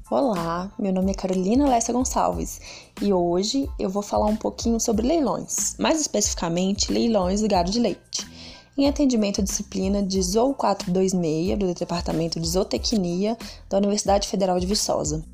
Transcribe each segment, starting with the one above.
Olá, meu nome é Carolina Lessa Gonçalves e hoje eu vou falar um pouquinho sobre leilões, mais especificamente leilões do gado de leite, em atendimento à disciplina de Zoo 426 do Departamento de Zootecnia da Universidade Federal de Viçosa.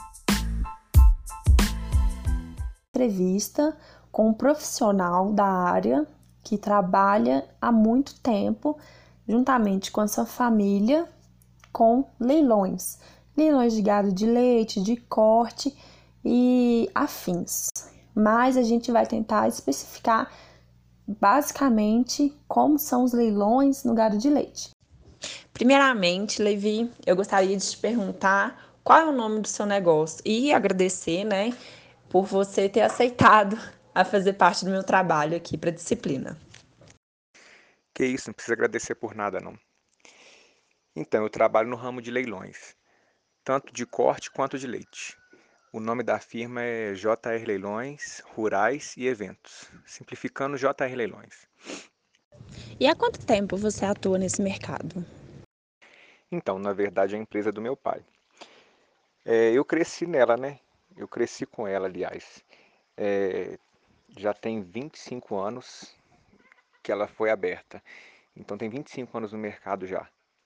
Entrevista com um profissional da área que trabalha há muito tempo, juntamente com a sua família, com leilões de gado de leite, de corte e afins. Mas a gente vai tentar especificar basicamente como são os leilões no gado de leite. Primeiramente, Levi, eu gostaria de te perguntar qual é o nome do seu negócio e agradecer, por você ter aceitado a fazer parte do meu trabalho aqui para a disciplina. Que isso, não precisa agradecer por nada, não. Então, eu trabalho no ramo de leilões, tanto de corte quanto de leite. O nome da firma é JR Leilões, Rurais e Eventos, simplificando JR Leilões. E há quanto tempo você atua nesse mercado? Então, na verdade, é a empresa do meu pai. Eu cresci nela, né? Eu cresci com ela, aliás. É, já tem 25 anos que ela foi aberta. Então, tem 25 anos no mercado já.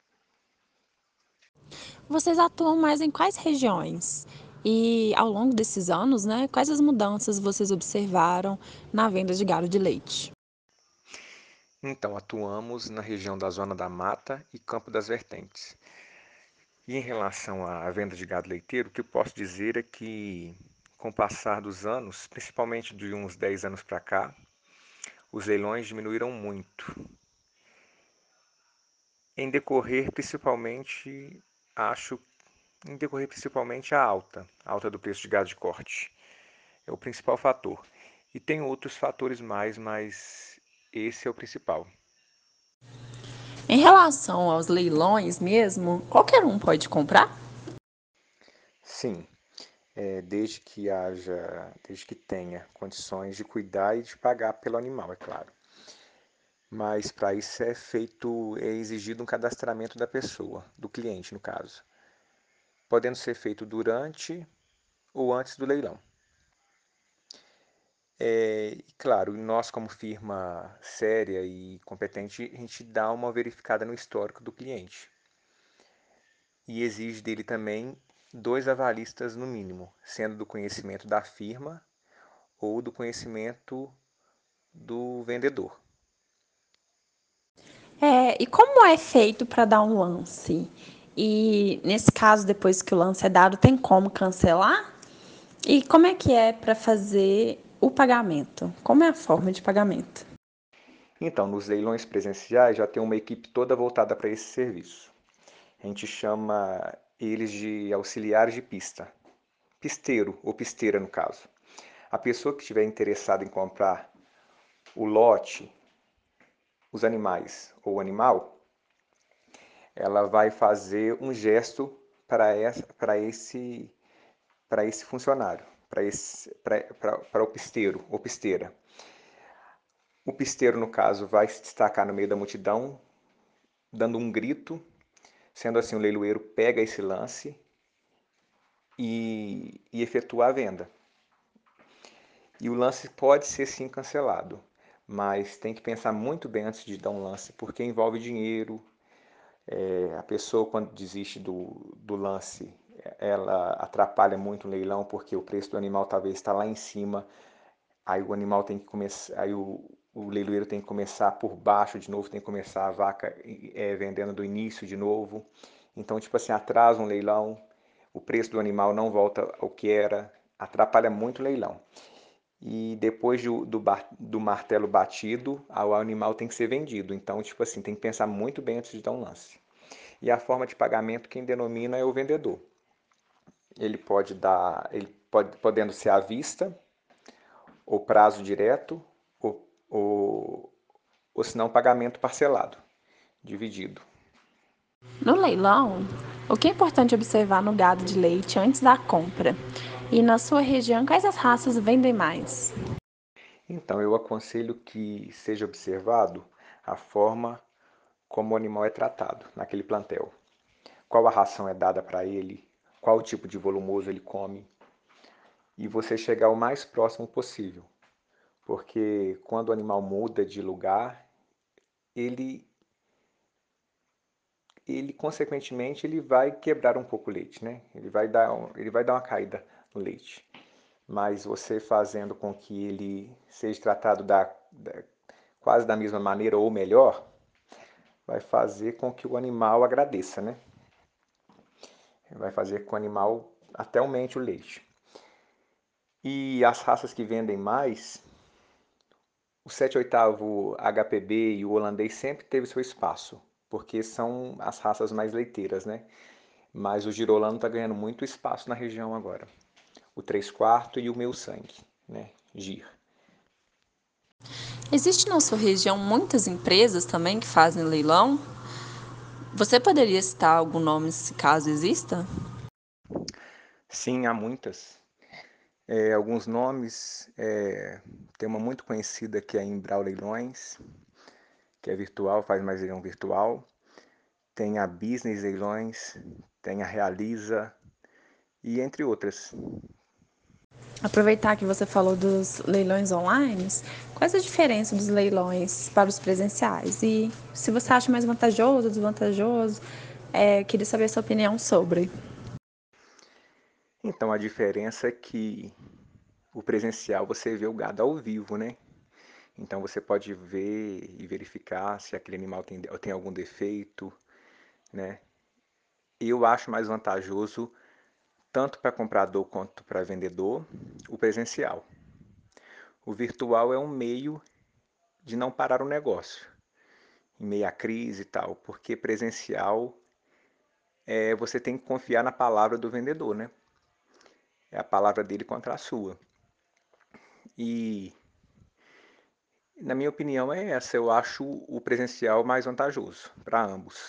Vocês atuam mais em quais regiões? E ao longo desses anos, quais as mudanças vocês observaram na venda de gado de leite? Então, atuamos na região da Zona da Mata e Campo das Vertentes. E em relação à venda de gado leiteiro, o que eu posso dizer é que, com o passar dos anos, principalmente de uns 10 anos para cá, os leilões diminuíram muito. Em decorrer principalmente, acho, em decorrer principalmente a alta do preço de gado de corte. É o principal fator. E tem outros fatores mais, mas esse é o principal. Em relação aos leilões mesmo, qualquer um pode comprar? Sim, desde que tenha condições de cuidar e de pagar pelo animal, é claro. Mas para isso é exigido um cadastramento da pessoa, do cliente no caso, podendo ser feito durante ou antes do leilão. E claro, nós como firma séria e competente, a gente dá uma verificada no histórico do cliente e exige dele também 2 avalistas no mínimo, sendo do conhecimento da firma ou do conhecimento do vendedor. E como é feito para dar um lance? E nesse caso, depois que o lance é dado, tem como cancelar? E como é que é para fazer o pagamento? Como é a forma de pagamento? Então, nos leilões presenciais já tem uma equipe toda voltada para esse serviço. A gente chama eles de auxiliares de pista, pisteiro ou pisteira no caso. A pessoa que estiver interessada em comprar o lote, os animais ou o animal, ela vai fazer um gesto para esse funcionário, para o pisteiro ou pisteira. O pisteiro, no caso, vai se destacar no meio da multidão, dando um grito. Sendo assim, o leiloeiro pega esse lance e efetua a venda. E o lance pode ser sim cancelado, mas tem que pensar muito bem antes de dar um lance, porque envolve dinheiro. A pessoa, quando desiste do lance, ela atrapalha muito o leilão, porque o preço do animal talvez está lá em cima. Aí o animal tem que começar, aí o leiloeiro tem que começar por baixo de novo, tem que começar a vaca vendendo do início de novo. Então, tipo assim, atrasa um leilão, o preço do animal não volta ao que era, atrapalha muito o leilão. E depois do martelo batido, o animal tem que ser vendido. Então, tipo assim, tem que pensar muito bem antes de dar um lance. E a forma de pagamento, quem denomina é o vendedor. Podendo ser à vista, ou prazo direto, ou se não, pagamento parcelado, dividido. No leilão, o que é importante observar no gado de leite antes da compra? E na sua região, quais as raças vendem mais? Então, eu aconselho que seja observado a forma como o animal é tratado naquele plantel. Qual a ração é dada para ele, qual tipo de volumoso ele come, e você chegar o mais próximo possível. Porque quando o animal muda de lugar, ele consequentemente ele vai quebrar um pouco o leite, né? Ele vai dar uma caída no leite. Mas você fazendo com que ele seja tratado quase da mesma maneira ou melhor, vai fazer com que o animal agradeça, né? Vai fazer com que o animal até aumente o leite. E as raças que vendem mais, o 7/8 HPB e o holandês sempre teve seu espaço, porque são as raças mais leiteiras, né? Mas o girolando está ganhando muito espaço na região agora. O 3/4 e o meu sangue, né? Gir. Existe na sua região muitas empresas também que fazem leilão? Você poderia citar algum nome se caso exista? Sim, há muitas. Alguns nomes, tem uma muito conhecida que é a Imbral Leilões, que é virtual, faz mais leilão virtual. Tem a Business Leilões, tem a Realiza e entre outras. Aproveitar que você falou dos leilões online, quais a diferença dos leilões para os presenciais? E se você acha mais vantajoso ou desvantajoso, queria saber a sua opinião sobre. Então a diferença é que o presencial você vê o gado ao vivo, né? Então você pode ver e verificar se aquele animal tem algum defeito, né? Eu acho mais vantajoso, tanto para comprador quanto para vendedor, o presencial. O virtual é um meio de não parar o negócio, em meio à crise e tal, porque presencial você tem que confiar na palavra do vendedor, né? É a palavra dele contra a sua. E, na minha opinião, é essa. Eu acho o presencial mais vantajoso para ambos.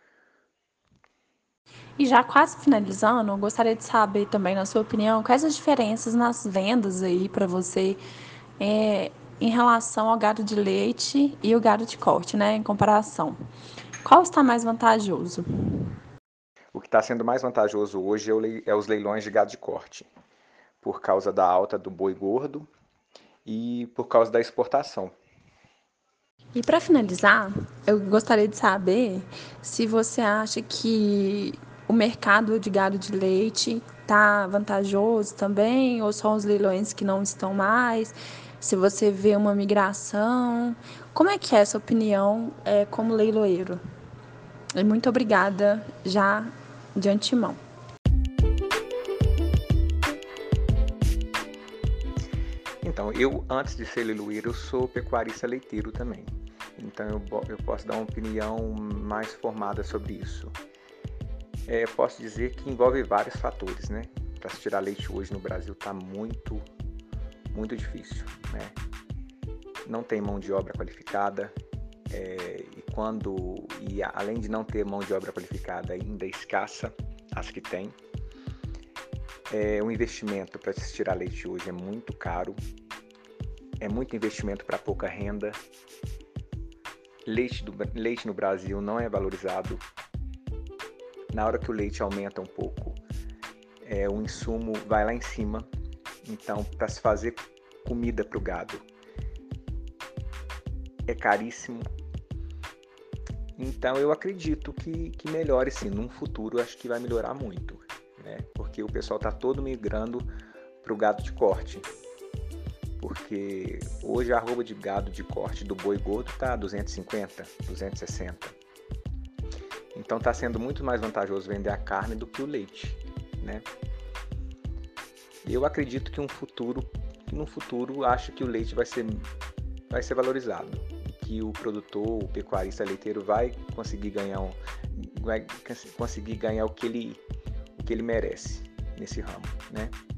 E já quase finalizando, eu gostaria de saber também, na sua opinião, quais as diferenças nas vendas aí para você em relação ao gado de leite e o gado de corte, né? Em comparação. Qual está mais vantajoso? O que está sendo mais vantajoso hoje é os leilões de gado de corte, por causa da alta do boi gordo e por causa da exportação. E para finalizar, eu gostaria de saber se você acha que o mercado de gado de leite está vantajoso também, ou só os leilões que não estão mais, se você vê uma migração. Como é que é essa opinião como leiloeiro? E muito obrigada já de antemão. Então, eu, antes de ser leiloeiro, eu sou pecuarista leiteiro também. Então, eu posso dar uma opinião mais formada sobre isso. Posso dizer que envolve vários fatores, né? Para se tirar leite hoje no Brasil está muito, muito difícil, né? Não tem mão de obra qualificada, e além de não ter mão de obra qualificada, ainda é escassa as que tem. O investimento para se tirar leite hoje é muito caro, é muito investimento para pouca renda. Leite no Brasil não é valorizado. Na hora que o leite aumenta um pouco, o insumo vai lá em cima. Então, para se fazer comida para o gado, é caríssimo. Então, eu acredito que melhore sim. Num futuro, acho que vai melhorar muito, né? Porque o pessoal está todo migrando para o gado de corte. Porque hoje a arroba de gado de corte do boi gordo está 250, 260. Então está sendo muito mais vantajoso vender a carne do que o leite, né? Eu acredito que no futuro acho que o leite vai ser valorizado, que o produtor, o pecuarista leiteiro vai conseguir ganhar o que ele merece nesse ramo, né?